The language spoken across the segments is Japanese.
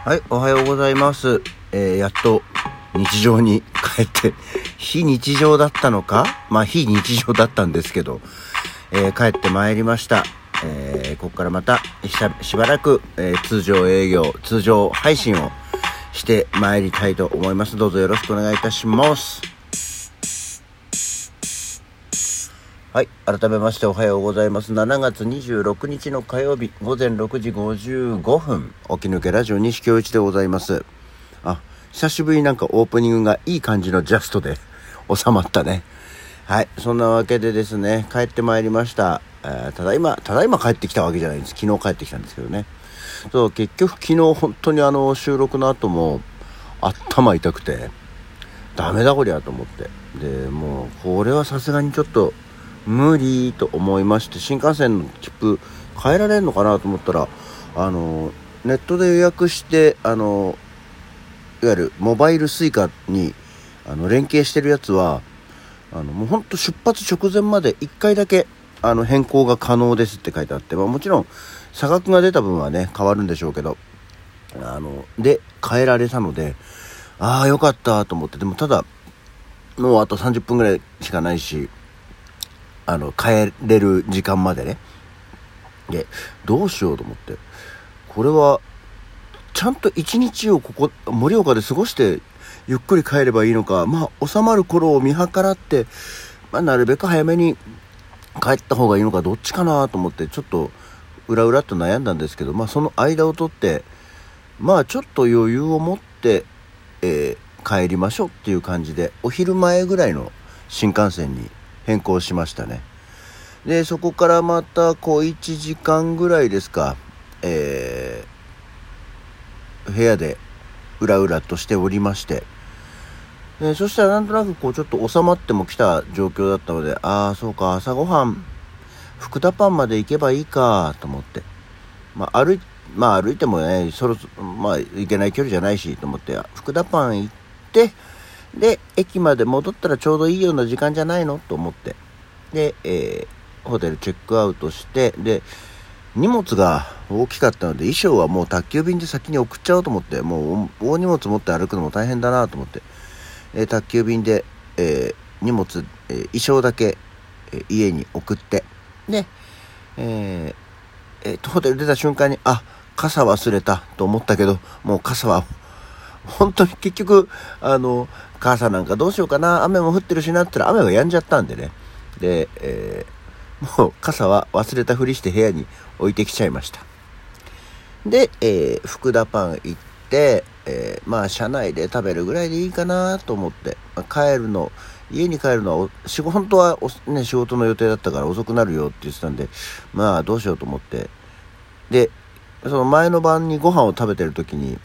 はい、おはようございます。やっと日常に帰って非日常だったのか、非日常だったんですけど、帰ってまいりました。ここからまたしばらく、通常営業、通常配信をしてまいりたいと思います。どうぞよろしくお願いいたします。はい、改めましておはようございます。7月26日の火曜日午前6時55分、起き抜けラジオ西京一でございます。久しぶりになんかオープニングがいい感じのジャストで収まったね。はい、そんなわけでですね、帰ってまいりました。ただいま帰ってきたわけじゃないんです。昨日帰ってきたんですけどね。そう、結局昨日本当に収録の後も頭痛くてダメだこりゃと思って、でもうこれはさすがにちょっと無理と思いまして、新幹線の切符変えられるのかなと思ったら、ネットで予約していわゆるモバイルスイカに連携してるやつはもうほんと出発直前まで1回だけ変更が可能ですって書いてあって、もちろん差額が出た分はね変わるんでしょうけど、で変えられたのでよかったと思って。でもただもうあと30分ぐらいしかないし、帰れる時間までね。でどうしようと思って、これはちゃんと一日をここ盛岡で過ごしてゆっくり帰ればいいのか、収まる頃を見計らって、なるべく早めに帰った方がいいのか、どっちかなと思ってちょっと裏々と悩んだんですけど、その間を取ってちょっと余裕を持って、帰りましょうっていう感じで、お昼前ぐらいの新幹線に変更しましたね。でそこからまた1時間ぐらいですか、部屋でうらうらとしておりまして、そしたらなんとなくちょっと収まってもきた状況だったので、そうか、朝ごはん福田パンまで行けばいいかと思って、歩いてもね行けない距離じゃないしと思って福田パン行って、で駅まで戻ったらちょうどいいような時間じゃないのと思って、で、ホテルチェックアウトして、で荷物が大きかったので衣装はもう宅急便で先に送っちゃおうと思って、もう大荷物持って歩くのも大変だなと思って、宅急便で、荷物、衣装だけ、家に送って、で、ホテル出た瞬間に傘忘れたと思ったけど、もう傘は本当に結局傘なんかどうしようかな、雨も降ってるしなって言ったら雨が止んじゃったんでね。で、もう傘は忘れたふりして部屋に置いてきちゃいました。で、福田パン行って、車内で食べるぐらいでいいかなと思って、家に帰るのは本当は仕事の予定だったから遅くなるよって言ってたんで、どうしようと思って、でその前の晩にご飯を食べてる時に、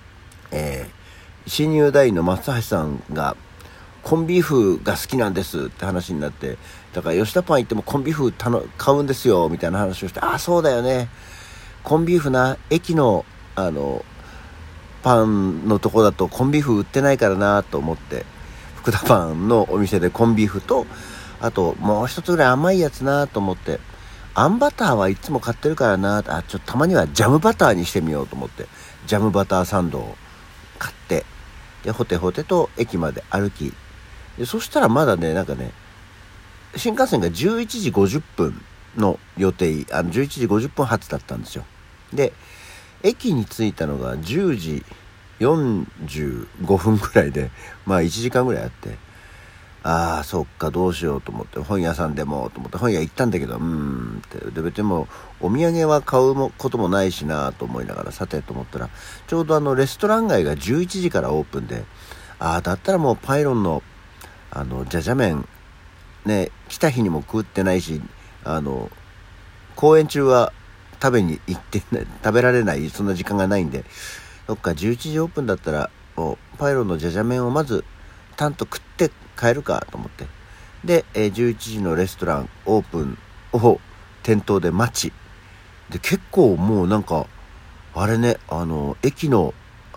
新入団員の松橋さんがコンビーフが好きなんですって話になって、だから吉田パン行ってもコンビーフ買うんですよみたいな話をして、そうだよね、コンビーフな、駅のパンのとこだとコンビーフ売ってないからなと思って、福田パンのお店でコンビーフと、あともう一つぐらい甘いやつなと思って、あんバターはいつも買ってるからな、ちょっとたまにはジャムバターにしてみようと思ってジャムバターサンドを買って、でホテホテと駅まで歩き、でそしたらまだね、新幹線が11時50分の予定、11時50分発だったんですよ。で駅に着いたのが10時45分くらいで、1時間ぐらいあって、そっか、どうしようと思って、本屋さんでもと思って本屋行ったんだけど、で別にもうお土産は買うこともないしなと思いながら、さてと思ったら、ちょうどレストラン街が11時からオープンで、だったらもうパイロンのじゃじゃ麺ね、来た日にも食ってないし、公演中は食べに行って食べられない、そんな時間がないんで、そっか、11時オープンだったらもうパイロンのじゃじゃ麺をまずタンと食って帰るかと思って、で、11時のレストランオープンを店頭で待ちで、結構もうあれね、駅の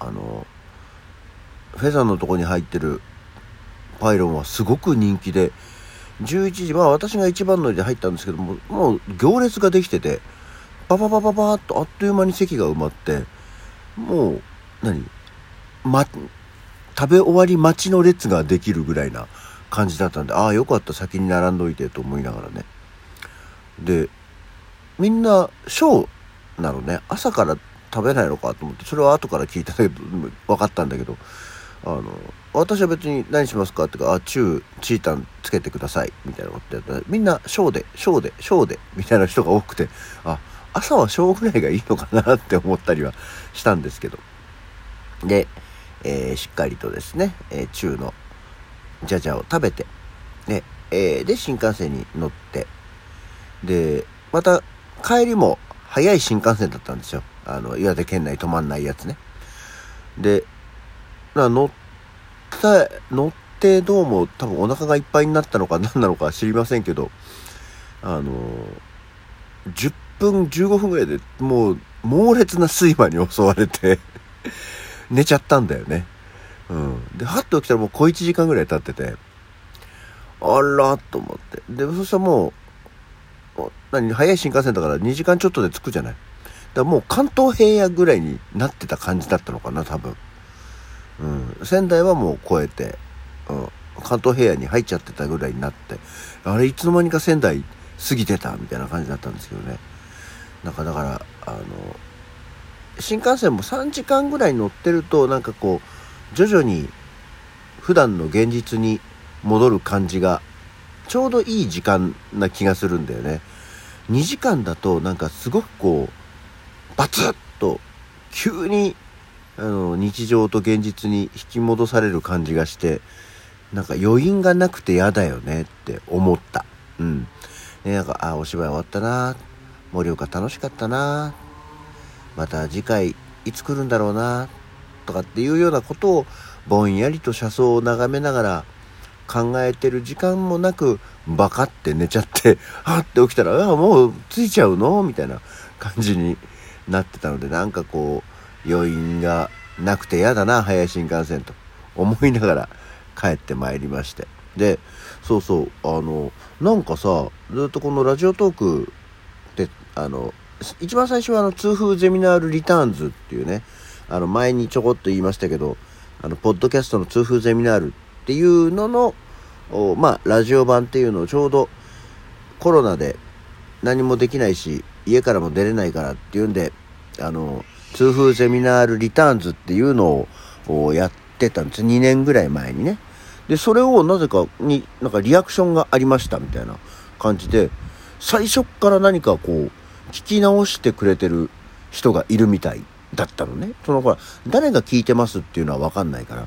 フェザーのとこに入ってるパイロンはすごく人気で、11時、私が一番乗りで入ったんですけども、もう行列ができてて、バババババーっとあっという間に席が埋まって、もう食べ終わり待ちの列ができるぐらいな感じだったんで、よかった先に並んどいてと思いながらね。でみんな小なのね。朝から食べないのかと思って、それは後から聞いたけど分かったんだけど、私は別に何しますかってか、チータンつけてくださいみたいなことやったら、みんな小でみたいな人が多くて、朝は小ぐらいがいいのかなって思ったりはしたんですけど、で、しっかりとですね、中のじゃじゃを食べて、で新幹線に乗って、でまた帰りも早い新幹線だったんですよ。岩手県内止まんないやつね。で乗ってどうも多分お腹がいっぱいになったのか何なのか知りませんけど、10分15分ぐらいでもう猛烈な睡魔に襲われて寝ちゃったんだよね。ではっと起きたらもう小1時間ぐらい経ってて、あらと思って、でそしたらもう早い新幹線だから2時間ちょっとで着くじゃない。だからもう関東平野ぐらいになってた感じだったのかな多分。仙台はもう越えて、関東平野に入っちゃってたぐらいになって、あれいつの間にか仙台過ぎてたみたいな感じだったんですけどね。だから新幹線も3時間ぐらい乗ってると徐々に普段の現実に戻る感じがちょうどいい時間な気がするんだよね。2時間だとすごくバツッと急に日常と現実に引き戻される感じがして、余韻がなくて嫌だよねって思った。お芝居終わったな、盛岡楽しかったな、また次回いつ来るんだろうなとかっていうようなことをぼんやりと車窓を眺めながら考えてる時間もなく、バカって寝ちゃって、って起きたらもう着いちゃうのみたいな感じになってたので、余韻がなくて嫌だな早い新幹線と思いながら帰ってまいりまして、でずっとこのラジオトークで一番最初は痛風ゼミナールリターンズっていうね、前にちょこっと言いましたけど、ポッドキャストの痛風ゼミナールっていうののラジオ版っていうのをちょうどコロナで何もできないし家からも出れないからっていうんで、痛風ゼミナールリターンズっていうのをやってたんです。2年ぐらい前にね。でそれをなぜかにリアクションがありましたみたいな感じで、最初から聞き直してくれてる人がいるみたいだったのね。誰が聞いてますっていうのは分かんないから、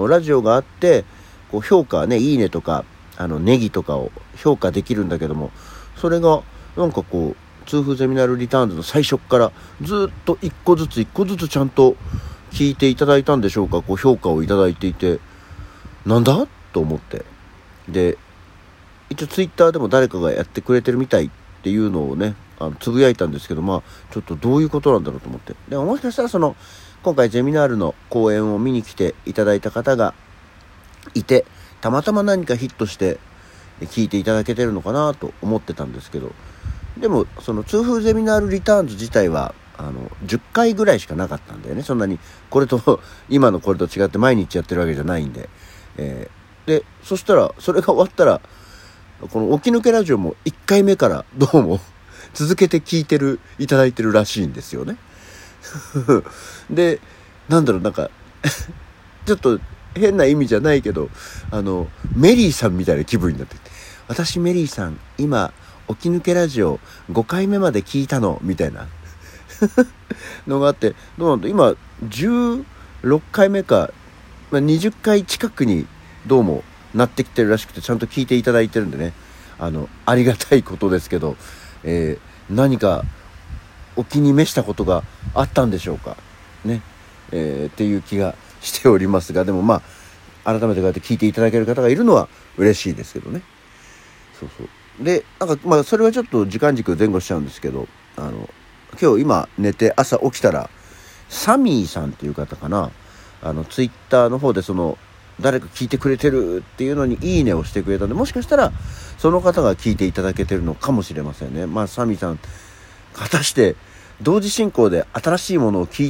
ラジオがあって評価ね、いいねとかネギとかを評価できるんだけども、それが痛風ゼミナールリターンズの最初からずっと一個ずつちゃんと聞いていただいたんでしょうか、評価をいただいていて、なんだと思って、で一応ツイッターでも誰かがやってくれてるみたいっていうのをねつぶやいたんですけど、ちょっとどういうことなんだろうと思って、でももしかしたら今回ゼミナールの公演を見に来ていただいた方がいて、たまたま何かヒットして聞いていただけてるのかなと思ってたんですけど、でも痛風ゼミナールリターンズ自体は10回ぐらいしかなかったんだよね。そんなに今のこれと違って毎日やってるわけじゃないんで、でそしたらそれが終わったらこの起き抜けラジオも1回目からどうも続けて聞いていただいてるらしいんですよねでちょっと変な意味じゃないけどメリーさんみたいな気分になってて、私メリーさん今起き抜けラジオ5回目まで聞いたのみたいなのがあって、どうなんだ今16回目か、20回近くにどうもなってきてるらしくて、ちゃんと聞いていただいてるんでね、ありがたいことですけど、何かお気に召したことがあったんでしょうかね、っていう気がしておりますが、でも改めてこうやって聞いていただける方がいるのは嬉しいですけどね。でそれはちょっと時間軸前後しちゃうんですけど、今寝て朝起きたらサミーさんっていう方かな、ツイッターの方で誰か聞いてくれてるっていうのにいいねをしてくれたんで、もしかしたらその方が聞いていただけてるのかもしれませんね。サミーさん果たして同時進行で新しいものを聞いて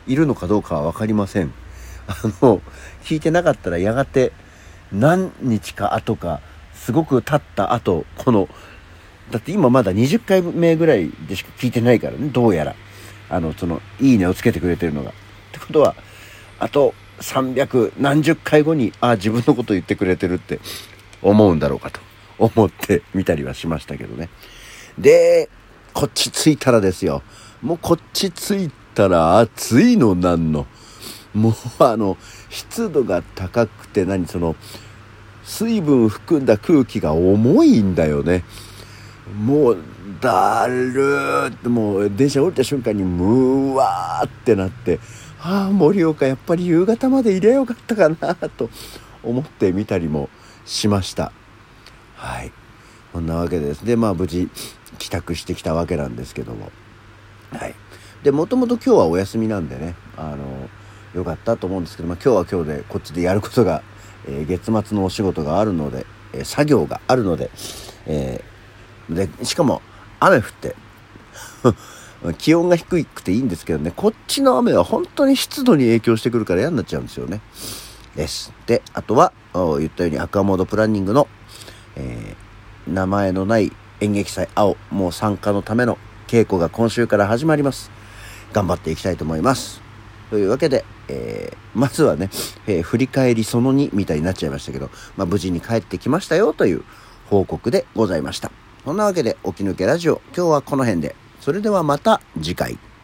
いるのかどうかは分かりません。聞いてなかったらやがて何日か後かすごく経った後、だって今まだ20回目ぐらいでしか聞いてないからね、どうやらいいねをつけてくれてるのがってことは、あと300何十回後に自分のこと言ってくれてるって思うんだろうかと思ってみたりはしましたけどね。でこっち着いたらですよ、もうこっち着いたら暑いのなんの、もう湿度が高くて水分含んだ空気が重いんだよね。もうだるーって、もう電車降りた瞬間にムワーってなって、盛岡やっぱり夕方までいりゃよかったかなと思ってみたりもしました。はい、こんなわけです。で無事帰宅してきたわけなんですけども、はい。でもともと今日はお休みなんでね、よかったと思うんですけど、今日は今日でこっちでやることが、月末のお仕事があるので、作業があるので、でしかも雨降って気温が低くていいんですけどね、こっちの雨は本当に湿度に影響してくるから嫌になっちゃうんですよね。です。であとは言ったようにアクアモードプランニングの、名前のない演劇祭青もう参加のための稽古が今週から始まります。頑張っていきたいと思います。というわけで、まずはね、振り返りその2みたいになっちゃいましたけど、無事に帰ってきましたよという報告でございました。そんなわけで起き抜けラジオ、今日はこの辺で。それではまた次回。